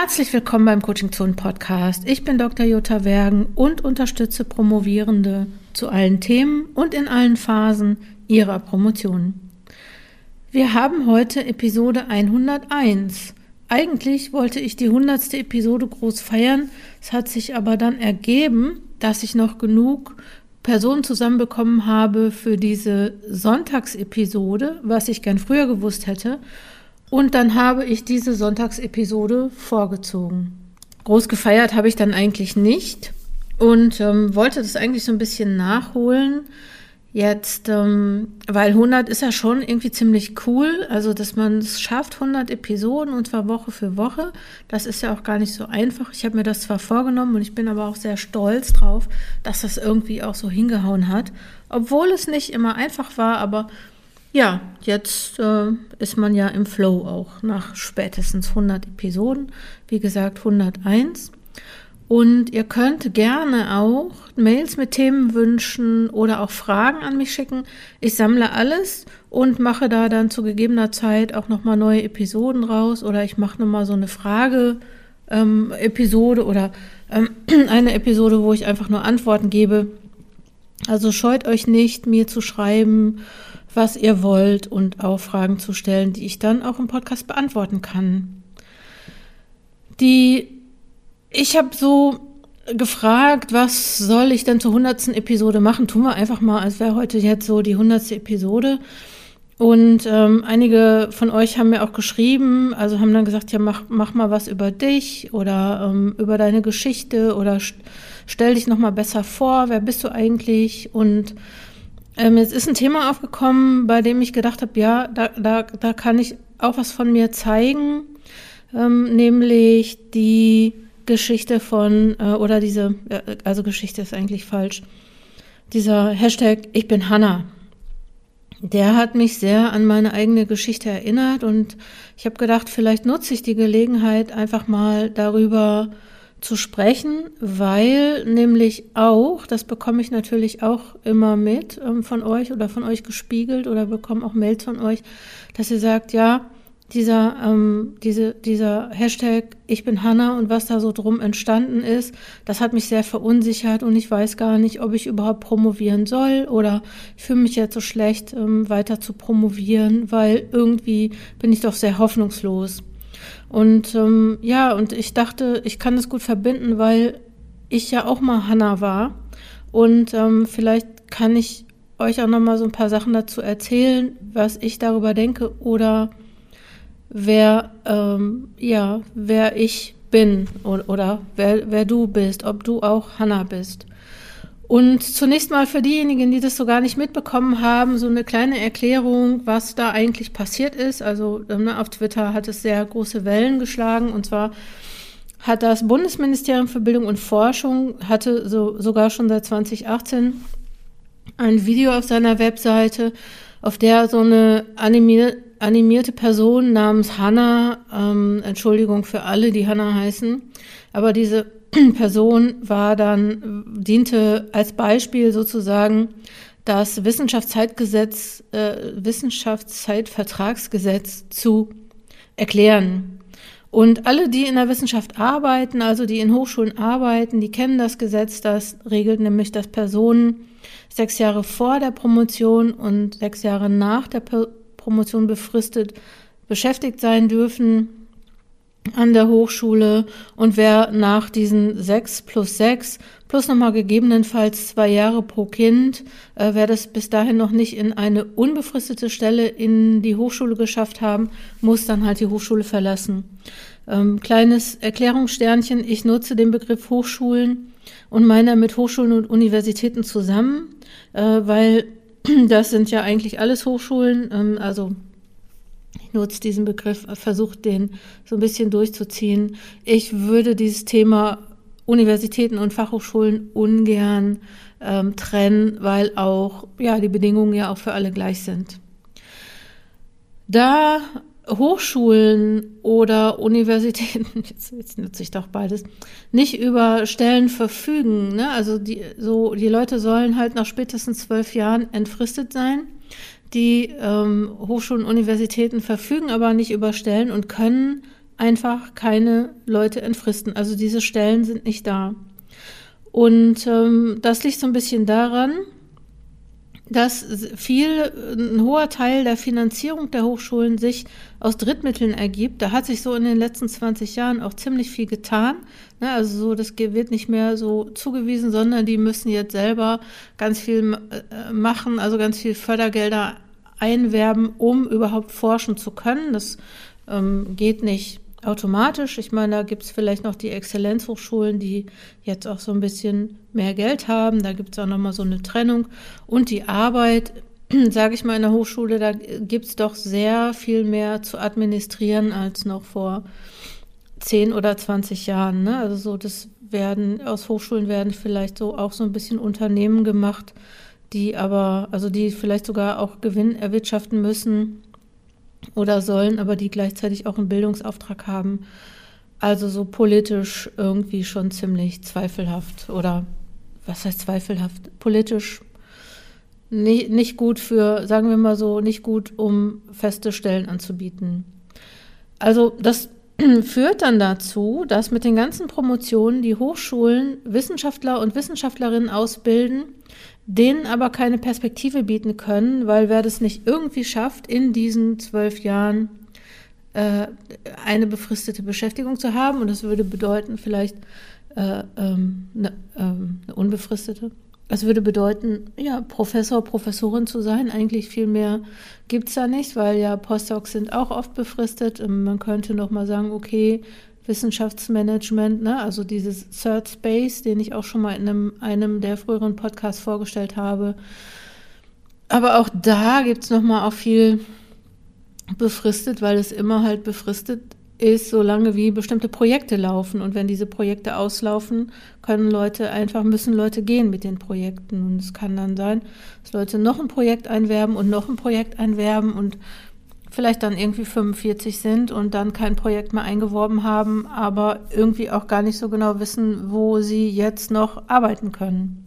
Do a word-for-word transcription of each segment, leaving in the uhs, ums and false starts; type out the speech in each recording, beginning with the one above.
Herzlich willkommen beim Coaching Zone Podcast. Ich bin Doktor Jutta Wergen und unterstütze Promovierende zu allen Themen und in allen Phasen ihrer Promotion. Wir haben heute Episode hunderteins. Eigentlich wollte ich die hundertste Episode groß feiern. Es hat sich aber dann ergeben, dass ich noch genug Personen zusammenbekommen habe für diese Sonntagsepisode, was ich gern früher gewusst hätte. Und dann habe ich diese Sonntagsepisode vorgezogen. Groß gefeiert habe ich dann eigentlich nicht und ähm, wollte das eigentlich so ein bisschen nachholen. Jetzt, ähm, weil hundert ist ja schon irgendwie ziemlich cool, also dass man es schafft, hundert Episoden und zwar Woche für Woche. Das ist ja auch gar nicht so einfach. Ich habe mir das zwar vorgenommen und ich bin aber auch sehr stolz drauf, dass das irgendwie auch so hingehauen hat. Obwohl es nicht immer einfach war, aber ja, jetzt äh, ist man ja im Flow auch nach spätestens hundert Episoden. Wie gesagt, hunderteins. Und ihr könnt gerne auch Mails mit Themenwünschen oder auch Fragen an mich schicken. Ich sammle alles und mache da dann zu gegebener Zeit auch nochmal neue Episoden raus. Oder ich mache nochmal so eine Frage-Episode ähm, oder ähm, eine Episode, wo ich einfach nur Antworten gebe. Also scheut euch nicht, mir zu schreiben, was ihr wollt und auch Fragen zu stellen, die ich dann auch im Podcast beantworten kann. Die, ich habe so gefragt, was soll ich denn zur hundertsten Episode machen? Tun wir einfach mal, als wäre heute jetzt so die hundertste Episode. Und ähm, einige von euch haben mir auch geschrieben, also haben dann gesagt, ja, mach, mach mal was über dich oder ähm, über deine Geschichte oder st- stell dich noch mal besser vor, wer bist du eigentlich? Und Ähm, jetzt ist ein Thema aufgekommen, bei dem ich gedacht habe, ja, da, da, da kann ich auch was von mir zeigen, ähm, nämlich die Geschichte von, äh, oder diese, äh, also Geschichte ist eigentlich falsch, dieser Hashtag Ich bin Hanna, der hat mich sehr an meine eigene Geschichte erinnert und ich habe gedacht, vielleicht nutze ich die Gelegenheit, einfach mal darüber zu sprechen, weil nämlich auch, das bekomme ich natürlich auch immer mit ähm, von euch oder von euch gespiegelt oder bekomme auch Mails von euch, dass ihr sagt, ja, dieser, ähm, diese, dieser Hashtag Ich bin Hanna und was da so drum entstanden ist, das hat mich sehr verunsichert und ich weiß gar nicht, ob ich überhaupt promovieren soll oder ich fühle mich jetzt so schlecht, ähm, weiter zu promovieren, weil irgendwie bin ich doch sehr hoffnungslos. Und ähm, ja, und ich dachte, ich kann das gut verbinden, weil ich ja auch mal Hanna war und ähm, vielleicht kann ich euch auch noch mal so ein paar Sachen dazu erzählen, was ich darüber denke oder wer ähm, ja wer ich bin oder, oder wer, wer du bist, ob du auch Hanna bist. Und zunächst mal für diejenigen, die das so gar nicht mitbekommen haben, so eine kleine Erklärung, was da eigentlich passiert ist. Also ne, auf Twitter hat es sehr große Wellen geschlagen und zwar hat das Bundesministerium für Bildung und Forschung, hatte so, sogar schon seit zwanzig achtzehn ein Video auf seiner Webseite, auf der so eine animierte, animierte Person namens Hanna, ähm, Entschuldigung für alle, die Hanna heißen, aber diese Person war dann, diente als Beispiel sozusagen das Wissenschaftszeitgesetz, äh, Wissenschaftszeitvertragsgesetz zu erklären. Und alle, die in der Wissenschaft arbeiten, also die in Hochschulen arbeiten, die kennen das Gesetz, das regelt nämlich, dass Personen sechs Jahre vor der Promotion und sechs Jahre nach der Promotion befristet beschäftigt sein dürfen an der Hochschule und wer nach diesen sechs plus sechs plus nochmal gegebenenfalls zwei Jahre pro Kind, äh, wer das bis dahin noch nicht in eine unbefristete Stelle in die Hochschule geschafft haben, muss dann halt die Hochschule verlassen. Ähm, kleines Erklärungssternchen, ich nutze den Begriff Hochschulen und meine mit Hochschulen und Universitäten zusammen, äh, weil das sind ja eigentlich alles Hochschulen, ähm, also ich nutze diesen Begriff, versuche den so ein bisschen durchzuziehen. Ich würde dieses Thema Universitäten und Fachhochschulen ungern ähm, trennen, weil auch ja die Bedingungen ja auch für alle gleich sind. Da Hochschulen oder Universitäten, jetzt, jetzt nutze ich doch beides, nicht über Stellen verfügen, ne? Also die, so, die Leute sollen halt nach spätestens zwölf Jahren entfristet sein. Die ähm, Hochschulen und Universitäten verfügen aber nicht über Stellen und können einfach keine Leute entfristen. Also diese Stellen sind nicht da. Und ähm, das liegt so ein bisschen daran, dass viel, ein hoher Teil der Finanzierung der Hochschulen sich aus Drittmitteln ergibt. Da hat sich so in den letzten zwanzig Jahren auch ziemlich viel getan. Ne, also so, das wird nicht mehr so zugewiesen, sondern die müssen jetzt selber ganz viel machen, also ganz viel Fördergelder einwerben, um überhaupt forschen zu können. Das ähm, geht nicht automatisch. Ich meine, da gibt es vielleicht noch die Exzellenzhochschulen, die jetzt auch so ein bisschen mehr Geld haben. Da gibt es auch nochmal so eine Trennung. Und die Arbeit, sage ich mal, in der Hochschule, da gibt es doch sehr viel mehr zu administrieren als noch vor zehn oder zwanzig Jahren. Ne? Also so, das werden, aus Hochschulen werden vielleicht so auch so ein bisschen Unternehmen gemacht, die aber, also die vielleicht sogar auch Gewinn erwirtschaften müssen oder sollen, aber die gleichzeitig auch einen Bildungsauftrag haben. Also so politisch irgendwie schon ziemlich zweifelhaft oder was heißt zweifelhaft? Politisch nicht, nicht gut für, sagen wir mal so, nicht gut, um feste Stellen anzubieten. Also das führt dann dazu, dass mit den ganzen Promotionen die Hochschulen Wissenschaftler und Wissenschaftlerinnen ausbilden, denen aber keine Perspektive bieten können, weil wer das nicht irgendwie schafft, in diesen zwölf Jahren äh, eine befristete Beschäftigung zu haben, und das würde bedeuten vielleicht äh, ähm, eine, ähm, eine unbefristete, das würde bedeuten, ja, Professor, Professorin zu sein. Eigentlich viel mehr gibt es da nicht, weil ja Postdocs sind auch oft befristet. Und man könnte noch mal sagen, okay, Wissenschaftsmanagement, ne, also dieses Third Space, den ich auch schon mal in einem, einem der früheren Podcasts vorgestellt habe. Aber auch da gibt es noch mal auch viel befristet, weil es immer halt befristet ist, solange wie bestimmte Projekte laufen. Und wenn diese Projekte auslaufen, können Leute einfach, müssen Leute gehen mit den Projekten. Und es kann dann sein, dass Leute noch ein Projekt einwerben und noch ein Projekt einwerben und vielleicht dann irgendwie fünfundvierzig sind und dann kein Projekt mehr eingeworben haben, aber irgendwie auch gar nicht so genau wissen, wo sie jetzt noch arbeiten können.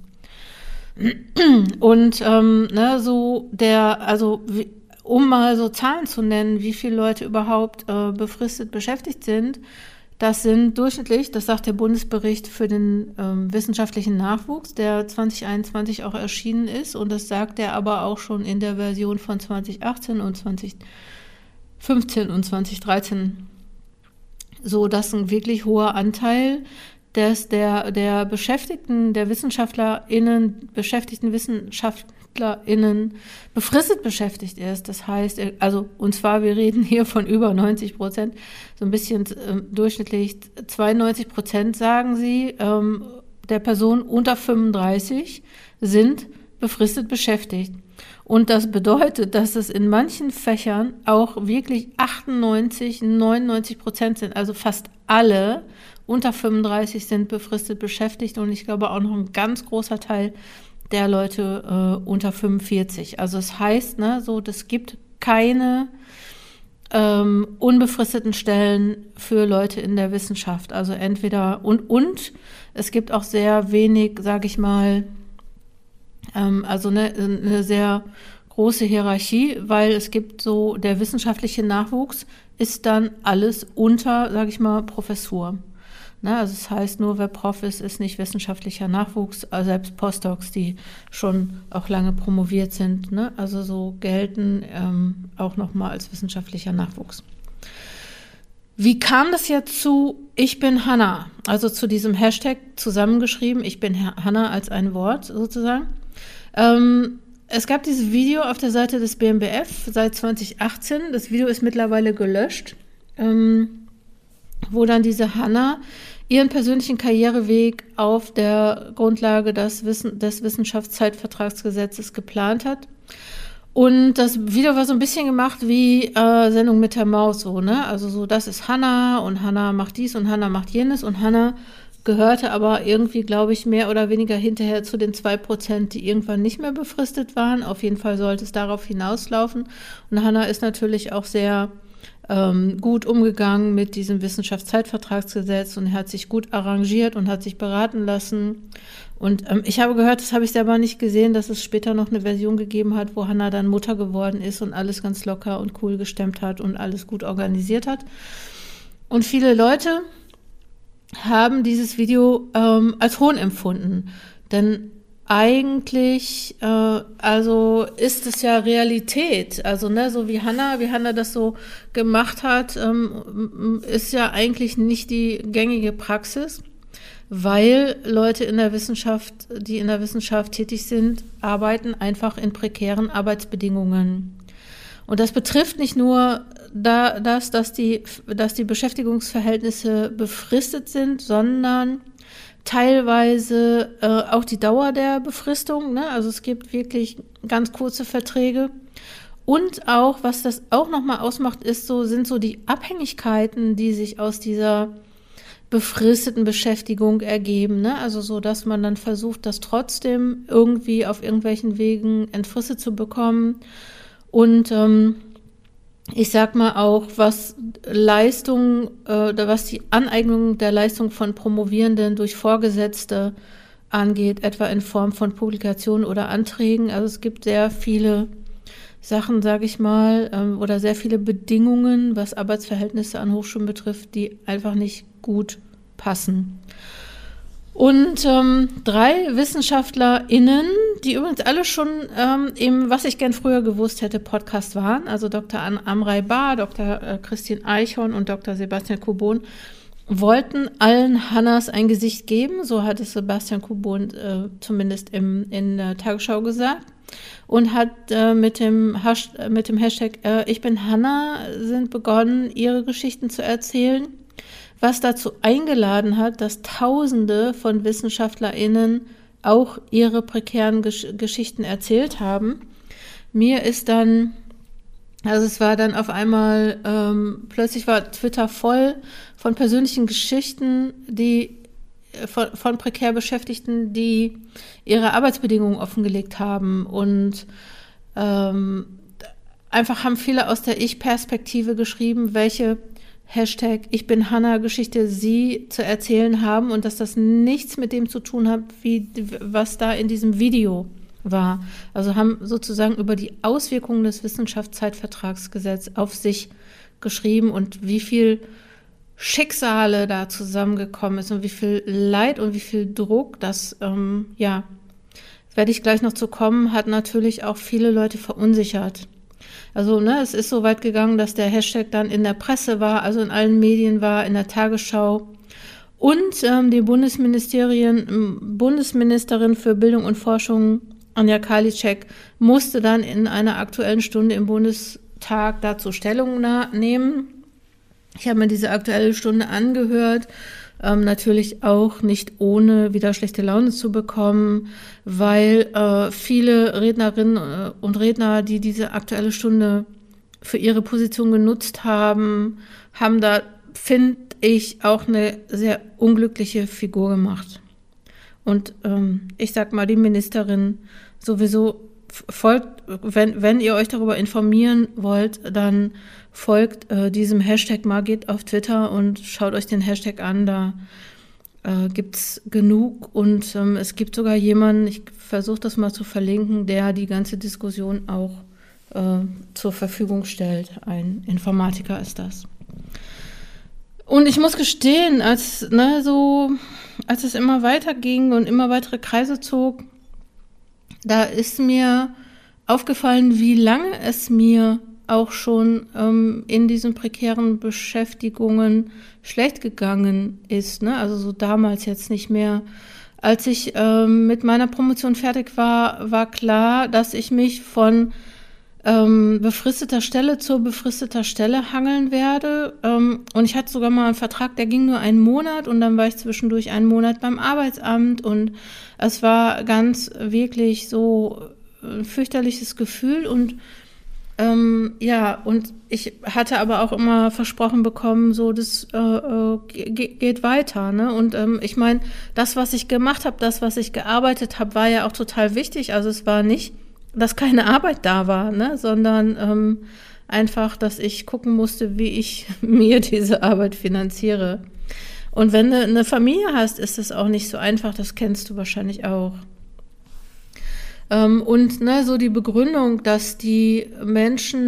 Und ähm, ne, so der, also wie, um mal so Zahlen zu nennen, wie viele Leute überhaupt äh, befristet beschäftigt sind, das sind durchschnittlich, das sagt der Bundesbericht für den ähm, wissenschaftlichen Nachwuchs, der zwanzig einundzwanzig auch erschienen ist, und das sagt er aber auch schon in der Version von zwanzig achtzehn und zwanzig fünfzehn und zwanzig dreizehn, so dass ein wirklich hoher Anteil des, der, der Beschäftigten, der WissenschaftlerInnen, beschäftigten WissenschaftlerInnen befristet beschäftigt ist. Das heißt, also, und zwar, wir reden hier von über neunzig Prozent, so ein bisschen äh, durchschnittlich zweiundneunzig Prozent, sagen sie, ähm, der Personen unter fünfunddreißig sind befristet beschäftigt. Und das bedeutet, dass es in manchen Fächern auch wirklich achtundneunzig, neunundneunzig Prozent sind, also fast alle unter fünfunddreißig sind befristet beschäftigt, und ich glaube auch noch ein ganz großer Teil der Leute äh, unter fünfundvierzig. Also es heißt, ne, so, das gibt keine ähm, unbefristeten Stellen für Leute in der Wissenschaft. Also entweder und und es gibt auch sehr wenig, sage ich mal, ähm, also eine, eine sehr große Hierarchie, weil es gibt so, der wissenschaftliche Nachwuchs ist dann alles unter, sage ich mal, Professur. Ne, also das heißt, nur wer Prof ist, ist nicht wissenschaftlicher Nachwuchs, also selbst Postdocs, die schon auch lange promoviert sind, ne, also so gelten ähm, auch nochmal als wissenschaftlicher Nachwuchs. Wie kam das jetzt zu Ich bin Hanna, also zu diesem Hashtag zusammengeschrieben, Ich bin Hanna als ein Wort sozusagen. Ähm, es gab dieses Video auf der Seite des B M B F seit zwanzig achtzehn, das Video ist mittlerweile gelöscht, ähm, wo dann diese Hanna ihren persönlichen Karriereweg auf der Grundlage des, Wissen, des Wissenschaftszeitvertragsgesetzes geplant hat. Und das Video war so ein bisschen gemacht wie äh, Sendung mit der Maus, so, ne? Also so, das ist Hanna und Hanna macht dies und Hanna macht jenes, und Hanna gehörte aber irgendwie, glaube ich, mehr oder weniger hinterher zu den zwei Prozent, die irgendwann nicht mehr befristet waren. Auf jeden Fall sollte es darauf hinauslaufen. Und Hanna ist natürlich auch sehr ähm, gut umgegangen mit diesem Wissenschaftszeitvertragsgesetz und hat sich gut arrangiert und hat sich beraten lassen. Und ähm, ich habe gehört, das habe ich selber nicht gesehen, dass es später noch eine Version gegeben hat, wo Hanna dann Mutter geworden ist und alles ganz locker und cool gestemmt hat und alles gut organisiert hat. Und viele Leute haben dieses Video ähm, als Hohn empfunden. Denn eigentlich, äh, also ist es ja Realität. Also, ne, so wie Hannah, wie Hannah das so gemacht hat, ähm, ist ja eigentlich nicht die gängige Praxis, weil Leute in der Wissenschaft, die in der Wissenschaft tätig sind, arbeiten einfach in prekären Arbeitsbedingungen. Und das betrifft nicht nur da, das, dass die, dass die Beschäftigungsverhältnisse befristet sind, sondern teilweise äh, auch die Dauer der Befristung, ne? Also es gibt wirklich ganz kurze Verträge. Und auch, was das auch nochmal ausmacht, ist so, sind so die Abhängigkeiten, die sich aus dieser befristeten Beschäftigung ergeben, ne? Also so, dass man dann versucht, das trotzdem irgendwie auf irgendwelchen Wegen entfristet zu bekommen. Und ähm, ich sag mal auch, was Leistung, äh, was die Aneignung der Leistung von Promovierenden durch Vorgesetzte angeht, etwa in Form von Publikationen oder Anträgen. Also es gibt sehr viele Sachen, sage ich mal, ähm, oder sehr viele Bedingungen, was Arbeitsverhältnisse an Hochschulen betrifft, die einfach nicht gut passen. Und ähm, drei WissenschaftlerInnen, die übrigens alle schon ähm, im Was ich gern früher gewusst hätte Podcast waren, also Doktor Amrei Bar, Doktor Äh, Christine Eichhorn und Doktor Sebastian Kubon, wollten allen Hannas ein Gesicht geben, so hat es Sebastian Kubon äh, zumindest im, in der Tagesschau gesagt, und hat äh, mit dem, Hash, mit dem Hashtag äh, Ich bin Hannah sind begonnen, ihre Geschichten zu erzählen, was dazu eingeladen hat, dass Tausende von WissenschaftlerInnen auch ihre prekären Gesch- Geschichten erzählt haben. Mir ist dann, also es war dann auf einmal, ähm, plötzlich war Twitter voll von persönlichen Geschichten, die von, von prekär Beschäftigten, die ihre Arbeitsbedingungen offengelegt haben. Und ähm, einfach haben viele aus der Ich-Perspektive geschrieben, welche Hashtag Ich bin Hannah Geschichte sie zu erzählen haben und dass das nichts mit dem zu tun hat, wie, was da in diesem Video war. Also haben sozusagen über die Auswirkungen des Wissenschaftszeitvertragsgesetzes auf sich geschrieben und wie viel Schicksale da zusammengekommen ist und wie viel Leid und wie viel Druck, das, ähm, ja, das werde ich gleich noch zu kommen, hat natürlich auch viele Leute verunsichert. Also, ne, es ist so weit gegangen, dass der Hashtag dann in der Presse war, also in allen Medien war, in der Tagesschau. Und ähm, die Bundesministerien, Bundesministerin für Bildung und Forschung, Anja Karliczek, musste dann in einer Aktuellen Stunde im Bundestag dazu Stellung nehmen. Ich habe mir diese Aktuelle Stunde angehört. Ähm, natürlich auch nicht ohne wieder schlechte Laune zu bekommen, weil äh, viele Rednerinnen äh, und Redner, die diese Aktuelle Stunde für ihre Position genutzt haben, haben da, finde ich, auch eine sehr unglückliche Figur gemacht. Und ähm, ich sag mal, die Ministerin sowieso folgt, wenn, wenn ihr euch darüber informieren wollt, dann folgt äh, diesem Hashtag mal, geht auf Twitter und schaut euch den Hashtag an, da äh, gibt's genug und ähm, es gibt sogar jemanden, ich versuche das mal zu verlinken, der die ganze Diskussion auch äh, zur Verfügung stellt. Ein Informatiker ist das. Und ich muss gestehen, als, ne, so, als es immer weiterging und immer weitere Kreise zog, da ist mir aufgefallen, wie lange es mir auch schon ähm, in diesen prekären Beschäftigungen schlecht gegangen ist, ne? Also so damals jetzt nicht mehr. Als ich ähm, mit meiner Promotion fertig war, war klar, dass ich mich von ähm, befristeter Stelle zu befristeter Stelle hangeln werde. Ähm, und ich hatte sogar mal einen Vertrag, der ging nur einen Monat und dann war ich zwischendurch einen Monat beim Arbeitsamt und es war ganz wirklich so ein fürchterliches Gefühl und Ähm, ja, und ich hatte aber auch immer versprochen bekommen, so, das äh, äh, ge- geht weiter, ne? Und ähm, ich meine, das, was ich gemacht habe, das, was ich gearbeitet habe, war ja auch total wichtig. Also es war nicht, dass keine Arbeit da war, ne? Sondern ähm, einfach, dass ich gucken musste, wie ich mir diese Arbeit finanziere. Und wenn du eine Familie hast, ist es auch nicht so einfach, das kennst du wahrscheinlich auch. Und ne, so die Begründung, dass die Menschen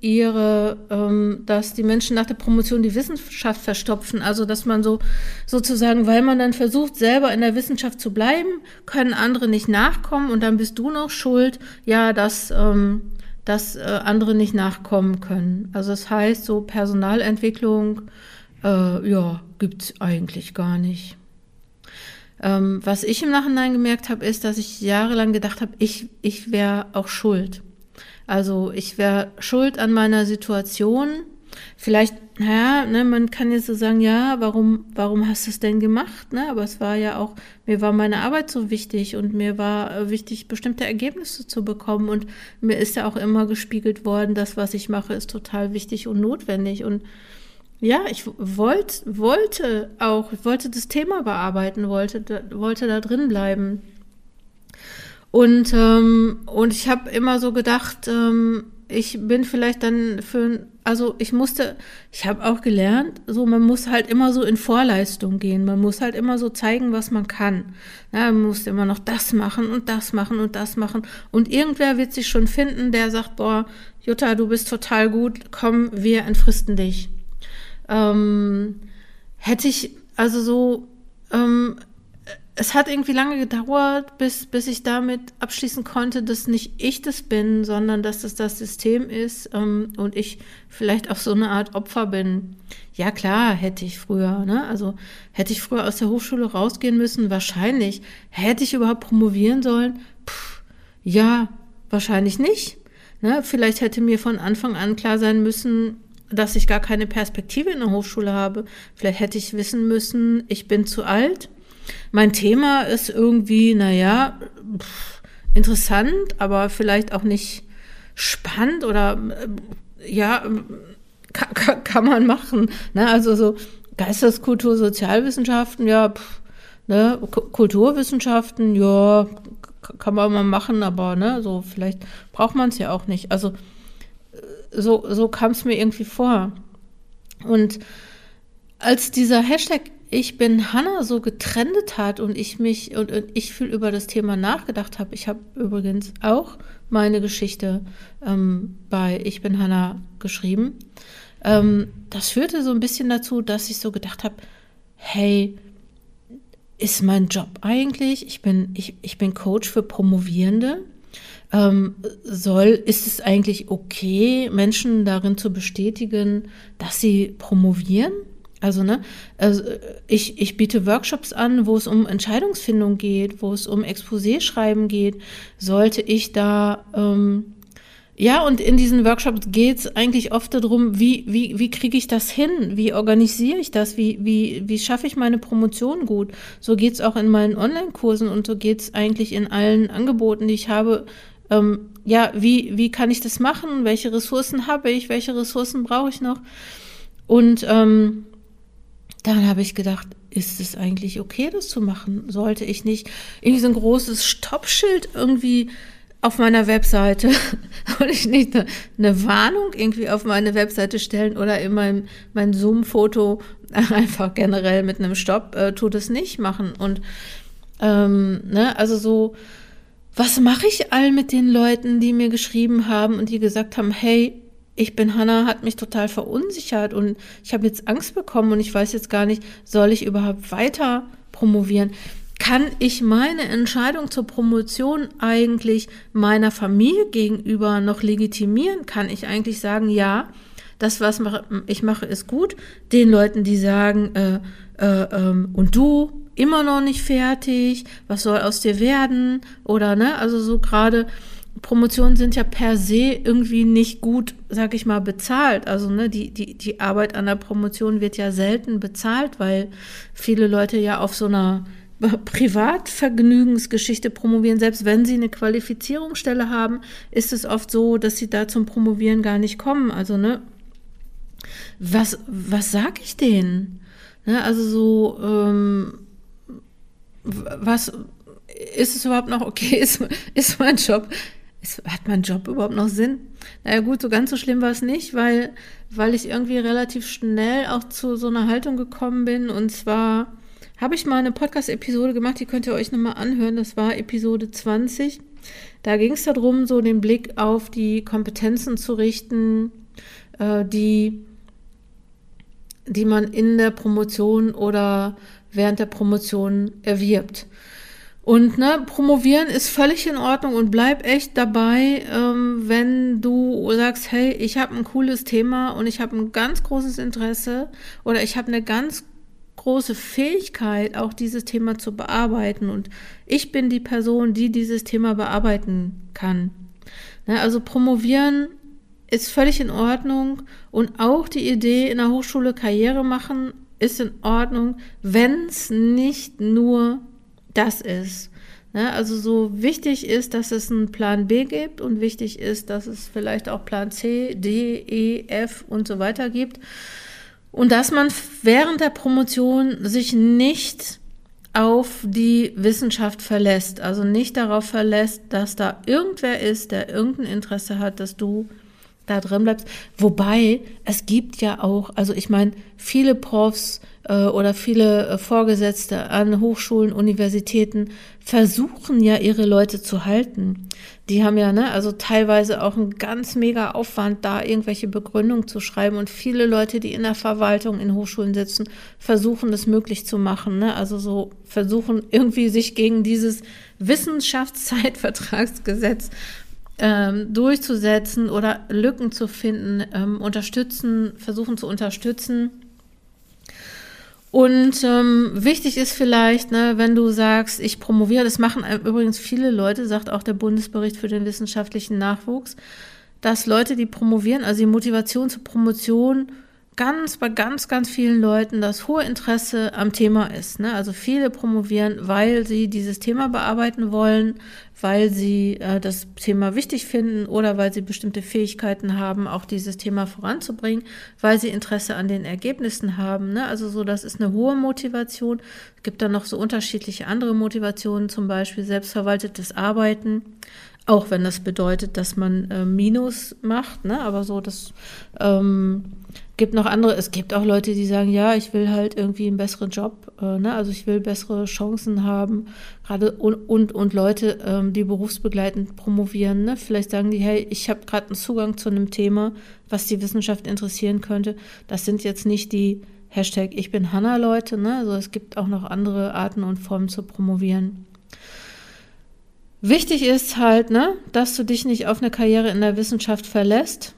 ihre, ähm, dass die Menschen nach der Promotion die Wissenschaft verstopfen. Also dass man so sozusagen, weil man dann versucht, selber in der Wissenschaft zu bleiben, können andere nicht nachkommen und dann bist du noch schuld, ja, dass, ähm, dass äh, andere nicht nachkommen können. Also das heißt, so Personalentwicklung, äh, ja, gibt's eigentlich gar nicht. Ähm, was ich im Nachhinein gemerkt habe, ist, dass ich jahrelang gedacht habe, ich, ich wäre auch schuld. Also ich wäre schuld an meiner Situation. Vielleicht, naja, ne, man kann jetzt so sagen, ja, warum, warum hast du es denn gemacht? Ne? Aber es war ja auch, mir war meine Arbeit so wichtig und mir war wichtig, bestimmte Ergebnisse zu bekommen. Und mir ist ja auch immer gespiegelt worden, das, was ich mache, ist total wichtig und notwendig. Und ja, ich wollt, wollte auch, ich wollte das Thema bearbeiten, wollte, da, wollte da drin bleiben. Und, ähm, und ich habe immer so gedacht, ähm, ich bin vielleicht dann für, also ich musste, ich habe auch gelernt, so man muss halt immer so in Vorleistung gehen, man muss halt immer so zeigen, was man kann. Ja, man muss immer noch das machen und das machen und das machen. Und irgendwer wird sich schon finden, der sagt, boah, Jutta, du bist total gut, komm, wir entfristen dich. Ähm, hätte ich, also so, ähm, es hat irgendwie lange gedauert, bis, bis ich damit abschließen konnte, dass nicht ich das bin, sondern dass es das System ist ähm, und ich vielleicht auch so eine Art Opfer bin. Ja klar, hätte ich früher, ne? Also hätte ich früher aus der Hochschule rausgehen müssen, wahrscheinlich. Hätte ich überhaupt promovieren sollen? Puh, ja, wahrscheinlich nicht. Ne? Vielleicht hätte mir von Anfang an klar sein müssen, dass ich gar keine Perspektive in der Hochschule habe. Vielleicht hätte ich wissen müssen, ich bin zu alt. Mein Thema ist irgendwie, naja, interessant, aber vielleicht auch nicht spannend oder ja, kann, kann man machen. Ne? Also so Geisteskultur, Sozialwissenschaften, ja, pff, ne? Kulturwissenschaften, ja, kann man mal machen, aber ne, so vielleicht braucht man es ja auch nicht. Also so, so kam es mir irgendwie vor. Und als dieser Hashtag Ich bin Hanna so getrendet hat und ich mich und, und ich viel über das Thema nachgedacht habe. Ich habe übrigens auch meine Geschichte ähm, bei Ich bin Hanna geschrieben. Ähm, das führte so ein bisschen dazu, dass ich so gedacht habe, hey, ist mein Job eigentlich, ich bin, ich, ich bin Coach für Promovierende, ähm, soll, ist es eigentlich okay, Menschen darin zu bestätigen, dass sie promovieren? Also, ne, also ich, ich biete Workshops an, wo es um Entscheidungsfindung geht, wo es um Exposé-Schreiben geht. Sollte ich da, ähm, ja, und in diesen Workshops geht es eigentlich oft darum, wie, wie, wie kriege ich das hin? Wie organisiere ich das? Wie, wie, wie schaffe ich meine Promotion gut? So geht es auch in meinen Online-Kursen und so geht es eigentlich in allen Angeboten, die ich habe. Ähm, ja, wie, wie kann ich das machen? Welche Ressourcen habe ich? Welche Ressourcen brauche ich noch? Und ähm, dann habe ich gedacht, ist es eigentlich okay, das zu machen? Sollte ich nicht irgendwie so ein großes Stoppschild irgendwie auf meiner Webseite, soll ich nicht eine, eine Warnung irgendwie auf meine Webseite stellen oder in meinem mein Zoom-Foto einfach generell mit einem Stopp, äh, tu das nicht machen. Und ähm, ne, also so, was mache ich all mit den Leuten, die mir geschrieben haben und die gesagt haben, hey, ich bin Hanna, hat mich total verunsichert und ich habe jetzt Angst bekommen und ich weiß jetzt gar nicht, soll ich überhaupt weiter promovieren? Kann ich meine Entscheidung zur Promotion eigentlich meiner Familie gegenüber noch legitimieren? Kann ich eigentlich sagen, ja, das, was ich mache, ist gut? Den Leuten, die sagen, äh, äh, ähm, und du, immer noch nicht fertig, was soll aus dir werden? Oder, ne, also so gerade Promotionen sind ja per se irgendwie nicht gut, sag ich mal, bezahlt. Also ne, die, die, die Arbeit an der Promotion wird ja selten bezahlt, weil viele Leute ja auf so einer Privatvergnügensgeschichte promovieren. Selbst wenn sie eine Qualifizierungsstelle haben, ist es oft so, dass sie da zum Promovieren gar nicht kommen. Also ne, was, was sag ich denen? Ne, also so, ähm, was ist es überhaupt noch okay? Ist, ist mein Job Ist, hat mein Job überhaupt noch Sinn? Naja gut, so ganz so schlimm war es nicht, weil, weil ich irgendwie relativ schnell auch zu so einer Haltung gekommen bin. Und zwar habe ich mal eine Podcast-Episode gemacht, die könnt ihr euch nochmal anhören. Das war Episode zwanzig. Da ging es darum, so den Blick auf die Kompetenzen zu richten äh, die, die man in der Promotion oder während der Promotion erwirbt. Und ne, promovieren ist völlig in Ordnung und bleib echt dabei, ähm, wenn du sagst, hey, ich habe ein cooles Thema und ich habe ein ganz großes Interesse oder ich habe eine ganz große Fähigkeit, auch dieses Thema zu bearbeiten und ich bin die Person, die dieses Thema bearbeiten kann. Ne, also promovieren ist völlig in Ordnung und auch die Idee, in der Hochschule Karriere machen, ist in Ordnung, wenn es nicht nur das ist. Ne? Also so wichtig ist, dass es einen Plan B gibt und wichtig ist, dass es vielleicht auch Plan C, D, E, F und so weiter gibt. Und dass man während der Promotion sich nicht auf die Wissenschaft verlässt, also nicht darauf verlässt, dass da irgendwer ist, der irgendein Interesse hat, dass du da drin bleibst. Wobei, es gibt ja auch, also ich meine, viele Profs äh, oder viele äh, Vorgesetzte an Hochschulen, Universitäten versuchen ja ihre Leute zu halten. Die haben ja, ne, also teilweise auch einen ganz mega Aufwand, da irgendwelche Begründungen zu schreiben und viele Leute, die in der Verwaltung in Hochschulen sitzen, versuchen das möglich zu machen, ne, also so versuchen irgendwie sich gegen dieses Wissenschaftszeitvertragsgesetz Ähm, durchzusetzen oder Lücken zu finden, ähm, unterstützen, versuchen zu unterstützen. Und ähm, wichtig ist vielleicht, ne, wenn du sagst, ich promoviere, das machen übrigens viele Leute, sagt auch der Bundesbericht für den wissenschaftlichen Nachwuchs, dass Leute, die promovieren, also die Motivation zur Promotion, ganz bei ganz, ganz vielen Leuten das hohe Interesse am Thema ist. Ne? Also viele promovieren, weil sie dieses Thema bearbeiten wollen, weil sie äh, das Thema wichtig finden oder weil sie bestimmte Fähigkeiten haben, auch dieses Thema voranzubringen, weil sie Interesse an den Ergebnissen haben. Ne? Also so, das ist eine hohe Motivation. Es gibt dann noch so unterschiedliche andere Motivationen, zum Beispiel selbstverwaltetes Arbeiten. Auch wenn das bedeutet, dass man äh, Minus macht, ne? Aber so, das ähm, gibt noch andere, es gibt auch Leute, die sagen, ja, ich will halt irgendwie einen besseren Job, äh, ne? Also ich will bessere Chancen haben, gerade und, und, und Leute, ähm, die berufsbegleitend promovieren, ne? Vielleicht sagen die, hey, ich habe gerade einen Zugang zu einem Thema, was die Wissenschaft interessieren könnte. Das sind jetzt nicht die Hashtag Ich bin Hanna-Leute, ne? Also es gibt auch noch andere Arten und Formen zu promovieren. Wichtig ist halt, ne, dass du dich nicht auf eine Karriere in der Wissenschaft verlässt.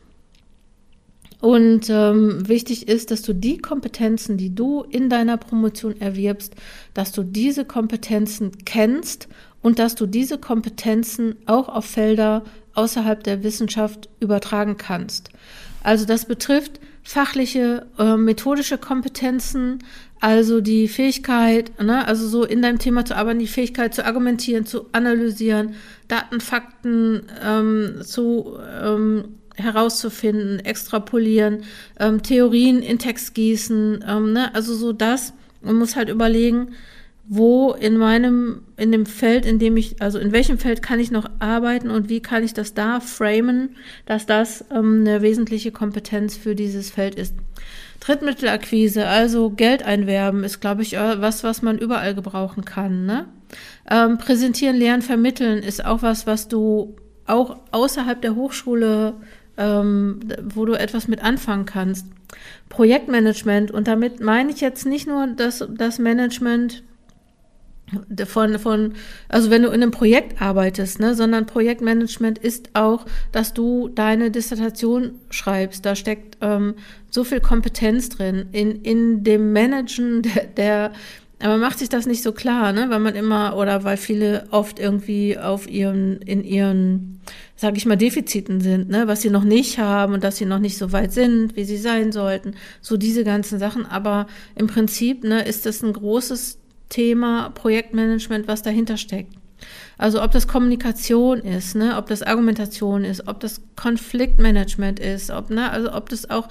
Und ähm, wichtig ist, dass du die Kompetenzen, die du in deiner Promotion erwirbst, dass du diese Kompetenzen kennst und dass du diese Kompetenzen auch auf Felder außerhalb der Wissenschaft übertragen kannst. Also das betrifft fachliche, äh, methodische Kompetenzen, also die Fähigkeit, ne, also so in deinem Thema zu arbeiten, die Fähigkeit zu argumentieren, zu analysieren, Daten, Fakten ähm, zu ähm, herauszufinden, extrapolieren, ähm, Theorien in Text gießen, ähm, ne, also so das. Man muss halt überlegen, wo in meinem, in dem Feld, in dem ich, also in welchem Feld kann ich noch arbeiten und wie kann ich das da framen, dass das ähm, eine wesentliche Kompetenz für dieses Feld ist. Drittmittelakquise, also Geld einwerben, ist, glaube ich, was, was man überall gebrauchen kann. Ne? Ähm, präsentieren, lernen, vermitteln ist auch was, was du auch außerhalb der Hochschule, ähm, wo du etwas mit anfangen kannst. Projektmanagement, und damit meine ich jetzt nicht nur das, das Management von, von, also wenn du in einem Projekt arbeitest, ne, sondern Projektmanagement ist auch, dass du deine Dissertation schreibst. Da steckt ähm, so viel Kompetenz drin in, in dem Managen der, der, aber man macht sich das nicht so klar, ne, weil man immer, oder weil viele oft irgendwie auf ihren, in ihren, sage ich mal, Defiziten sind, ne, was sie noch nicht haben und dass sie noch nicht so weit sind, wie sie sein sollten, so diese ganzen Sachen. Aber im Prinzip, ne, ist das ein großes Thema Projektmanagement, was dahinter steckt. Also ob das Kommunikation ist, ne, ob das Argumentation ist, ob das Konfliktmanagement ist, ob, ne, also ob das auch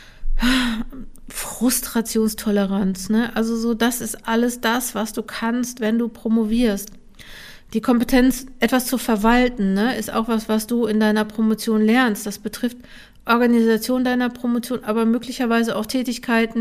Frustrationstoleranz, ne, also so, das ist alles das, was du kannst, wenn du promovierst. Die Kompetenz, etwas zu verwalten, ne, ist auch was, was du in deiner Promotion lernst. Das betrifft Organisation deiner Promotion, aber möglicherweise auch Tätigkeiten,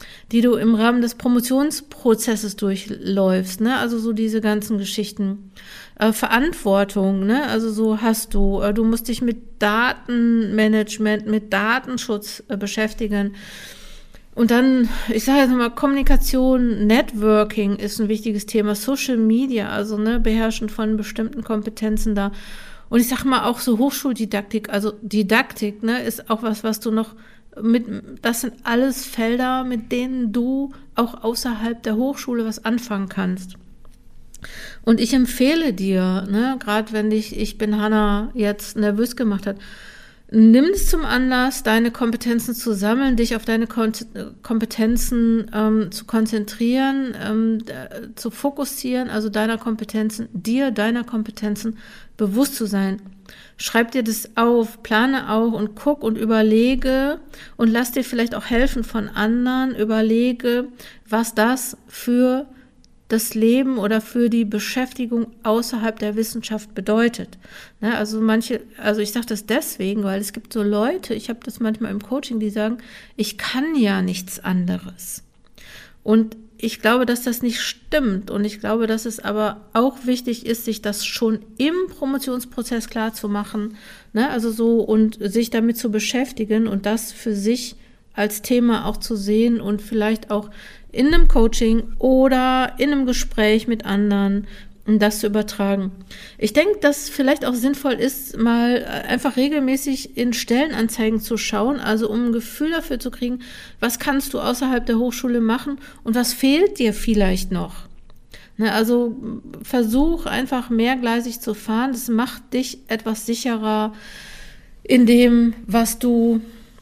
die du im Rahmen des Promotionsprozesses durchläufst, ne? Also so diese ganzen Geschichten. Äh, Verantwortung, ne? Also so hast du, äh, du musst dich mit Datenmanagement, mit Datenschutz äh, beschäftigen. Und dann, ich sage jetzt mal, Kommunikation, Networking ist ein wichtiges Thema, Social Media, also ne, Beherrschen von bestimmten Kompetenzen da. Und ich sage mal auch so Hochschuldidaktik, also Didaktik, ne, ist auch was, was du noch mit, das sind alles Felder, mit denen du auch außerhalb der Hochschule was anfangen kannst. Und ich empfehle dir, ne, gerade wenn dich Ich bin Hanna jetzt nervös gemacht hat, nimm es zum Anlass, deine Kompetenzen zu sammeln, dich auf deine Kon- Kompetenzen ähm, zu konzentrieren, ähm, äh, zu fokussieren, also deiner Kompetenzen, dir deiner Kompetenzen bewusst zu sein. Schreib dir das auf, plane auch und guck und überlege und lass dir vielleicht auch helfen von anderen, überlege, was das für das Leben oder für die Beschäftigung außerhalb der Wissenschaft bedeutet. Ne, also manche, also ich sage das deswegen, weil es gibt so Leute, ich habe das manchmal im Coaching, die sagen, ich kann ja nichts anderes. Und ich glaube, dass das nicht stimmt. Und ich glaube, dass es aber auch wichtig ist, sich das schon im Promotionsprozess klar zu machen, ne, also so und sich damit zu beschäftigen und das für sich als Thema auch zu sehen und vielleicht auch in einem Coaching oder in einem Gespräch mit anderen das zu übertragen. Ich denke, dass vielleicht auch sinnvoll ist, mal einfach regelmäßig in Stellenanzeigen zu schauen, also um ein Gefühl dafür zu kriegen, was kannst du außerhalb der Hochschule machen und was fehlt dir vielleicht noch. Ne, also versuch einfach mehrgleisig zu fahren, das macht dich etwas sicherer in dem, was du,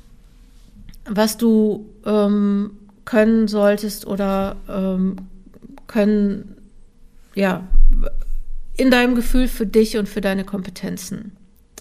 was du ähm, können solltest oder ähm, können, ja, in deinem Gefühl für dich und für deine Kompetenzen.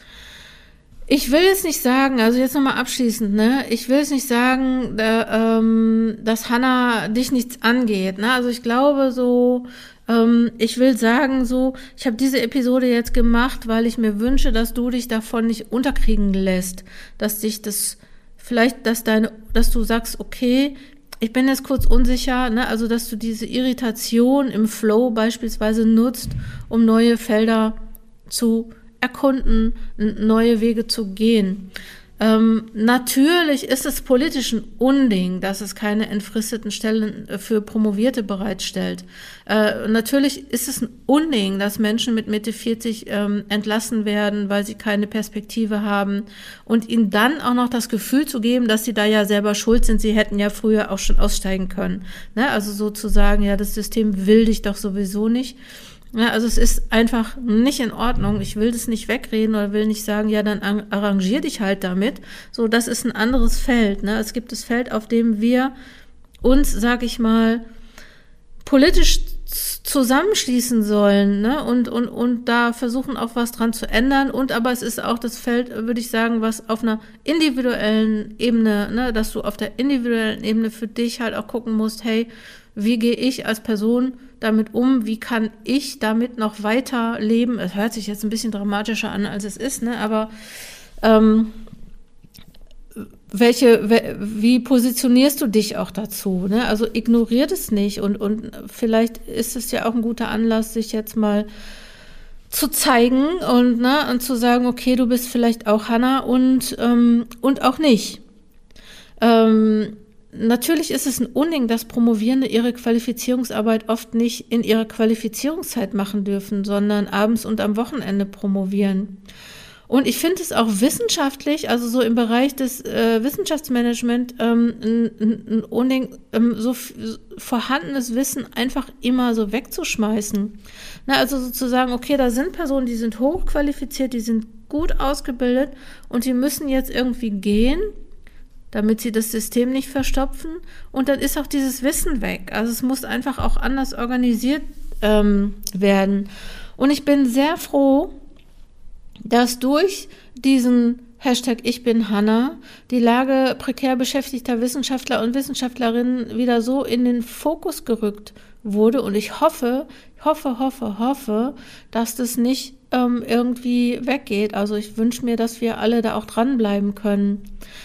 Ich will jetzt nicht sagen, also jetzt nochmal abschließend, ne, ich will jetzt nicht sagen, da, ähm, dass Hanna dich nichts angeht, ne, also ich glaube so, ähm, ich will sagen so, ich habe diese Episode jetzt gemacht, weil ich mir wünsche, dass du dich davon nicht unterkriegen lässt, dass dich das, vielleicht, dass deine, dass du sagst, okay, ich bin jetzt kurz unsicher, ne? Also dass du diese Irritation im Flow beispielsweise nutzt, um neue Felder zu erkunden, neue Wege zu gehen. Ähm, natürlich ist es politisch ein Unding, dass es keine entfristeten Stellen für Promovierte bereitstellt. Äh, natürlich ist es ein Unding, dass Menschen mit Mitte vierzig ähm, entlassen werden, weil sie keine Perspektive haben und ihnen dann auch noch das Gefühl zu geben, dass sie da ja selber schuld sind, sie hätten ja früher auch schon aussteigen können. Ne? Also sozusagen, ja, das System will dich doch sowieso nicht. Ja, also es ist einfach nicht in Ordnung. Ich will das nicht wegreden oder will nicht sagen, ja, dann arrangier dich halt damit. So, das ist ein anderes Feld. Ne? Es gibt das Feld, auf dem wir uns, sag ich mal, politisch zusammenschließen sollen, ne? und, und, und da versuchen auch was dran zu ändern. Und aber es ist auch das Feld, würde ich sagen, was auf einer individuellen Ebene, ne? dass du auf der individuellen Ebene für dich halt auch gucken musst, hey, wie gehe ich als Person damit um, wie kann ich damit noch weiter leben? Es hört sich jetzt ein bisschen dramatischer an, als es ist, ne? Aber ähm, welche, wie positionierst du dich auch dazu? Ne? Also ignorier das nicht und, und vielleicht ist es ja auch ein guter Anlass, sich jetzt mal zu zeigen und, ne, und zu sagen, okay, du bist vielleicht auch Hanna und, ähm, und auch nicht. Ähm, Natürlich ist es ein Unding, dass Promovierende ihre Qualifizierungsarbeit oft nicht in ihrer Qualifizierungszeit machen dürfen, sondern abends und am Wochenende promovieren. Und ich finde es auch wissenschaftlich, also so im Bereich des äh, Wissenschaftsmanagement, ähm, ein, ein Unding, ähm, so f- vorhandenes Wissen einfach immer so wegzuschmeißen. Na, also sozusagen, okay, da sind Personen, die sind hochqualifiziert, die sind gut ausgebildet und die müssen jetzt irgendwie gehen, damit sie das System nicht verstopfen. Und dann ist auch dieses Wissen weg. Also es muss einfach auch anders organisiert ähm, werden. Und ich bin sehr froh, dass durch diesen Hashtag Ich bin Hanna die Lage prekär beschäftigter Wissenschaftler und Wissenschaftlerinnen wieder so in den Fokus gerückt wurde. Und ich hoffe, hoffe, hoffe, hoffe, dass das nicht ähm, irgendwie weggeht. Also ich wünsche mir, dass wir alle da auch dranbleiben können.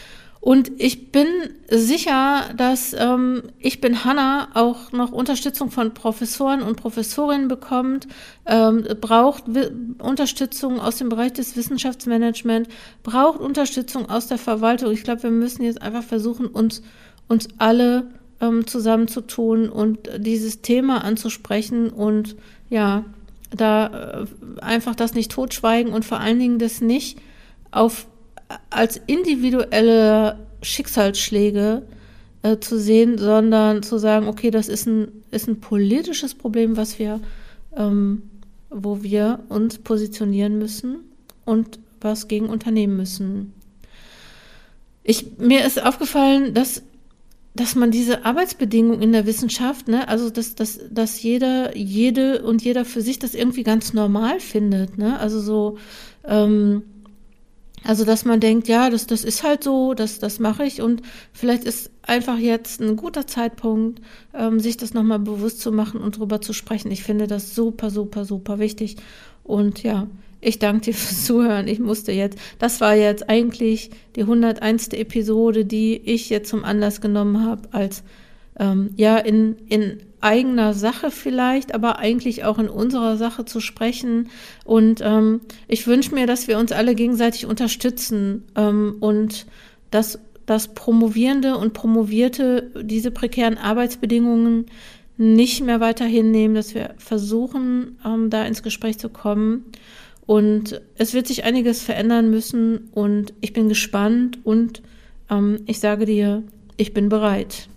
Und ich bin sicher, dass ähm, ich bin Hanna auch noch Unterstützung von Professoren und Professorinnen bekommt, ähm, braucht W- Unterstützung aus dem Bereich des Wissenschaftsmanagements, braucht Unterstützung aus der Verwaltung. Ich glaube, wir müssen jetzt einfach versuchen, uns, uns alle ähm, zusammenzutun und dieses Thema anzusprechen und ja, da äh, einfach das nicht totschweigen und vor allen Dingen das nicht auf als individuelle Schicksalsschläge äh, zu sehen, sondern zu sagen, okay, das ist ein, ist ein politisches Problem, was wir, ähm, wo wir uns positionieren müssen und was gegen unternehmen müssen. Ich, mir ist aufgefallen, dass, dass man diese Arbeitsbedingungen in der Wissenschaft, ne, also dass, dass, dass jeder, jede und jeder für sich das irgendwie ganz normal findet, ne, also so, ähm, Also, dass man denkt, ja, das, das ist halt so, das, das mache ich und vielleicht ist einfach jetzt ein guter Zeitpunkt, ähm, sich das nochmal bewusst zu machen und drüber zu sprechen. Ich finde das super, super, super wichtig. Und ja, ich danke dir fürs Zuhören. Ich musste jetzt, das war jetzt eigentlich die hunderteinste Episode, die ich jetzt zum Anlass genommen habe, als ähm, ja, in, in eigener Sache vielleicht, aber eigentlich auch in unserer Sache zu sprechen. Und ähm, ich wünsche mir, dass wir uns alle gegenseitig unterstützen ähm, und dass, dass Promovierende und Promovierte diese prekären Arbeitsbedingungen nicht mehr weiter hinnehmen, dass wir versuchen, ähm, da ins Gespräch zu kommen. Und es wird sich einiges verändern müssen und ich bin gespannt und ähm, ich sage dir, ich bin bereit.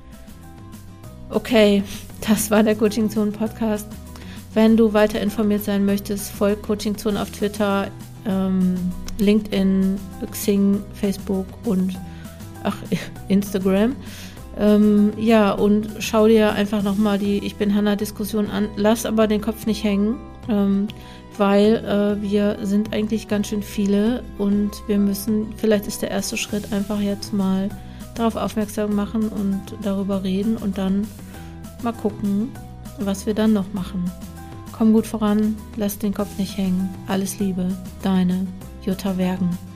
Okay, das war der Coaching Zone Podcast. Wenn du weiter informiert sein möchtest, folg Coaching Zone auf Twitter, ähm, LinkedIn, Xing, Facebook und ach, Instagram. Ähm, ja, und schau dir einfach nochmal die Ich bin Hanna Diskussion an. Lass aber den Kopf nicht hängen, ähm, weil äh, wir sind eigentlich ganz schön viele und wir müssen, vielleicht ist der erste Schritt einfach jetzt mal darauf aufmerksam machen und darüber reden und dann mal gucken, was wir dann noch machen. Komm gut voran, lass den Kopf nicht hängen. Alles Liebe, deine Jutta Wergen.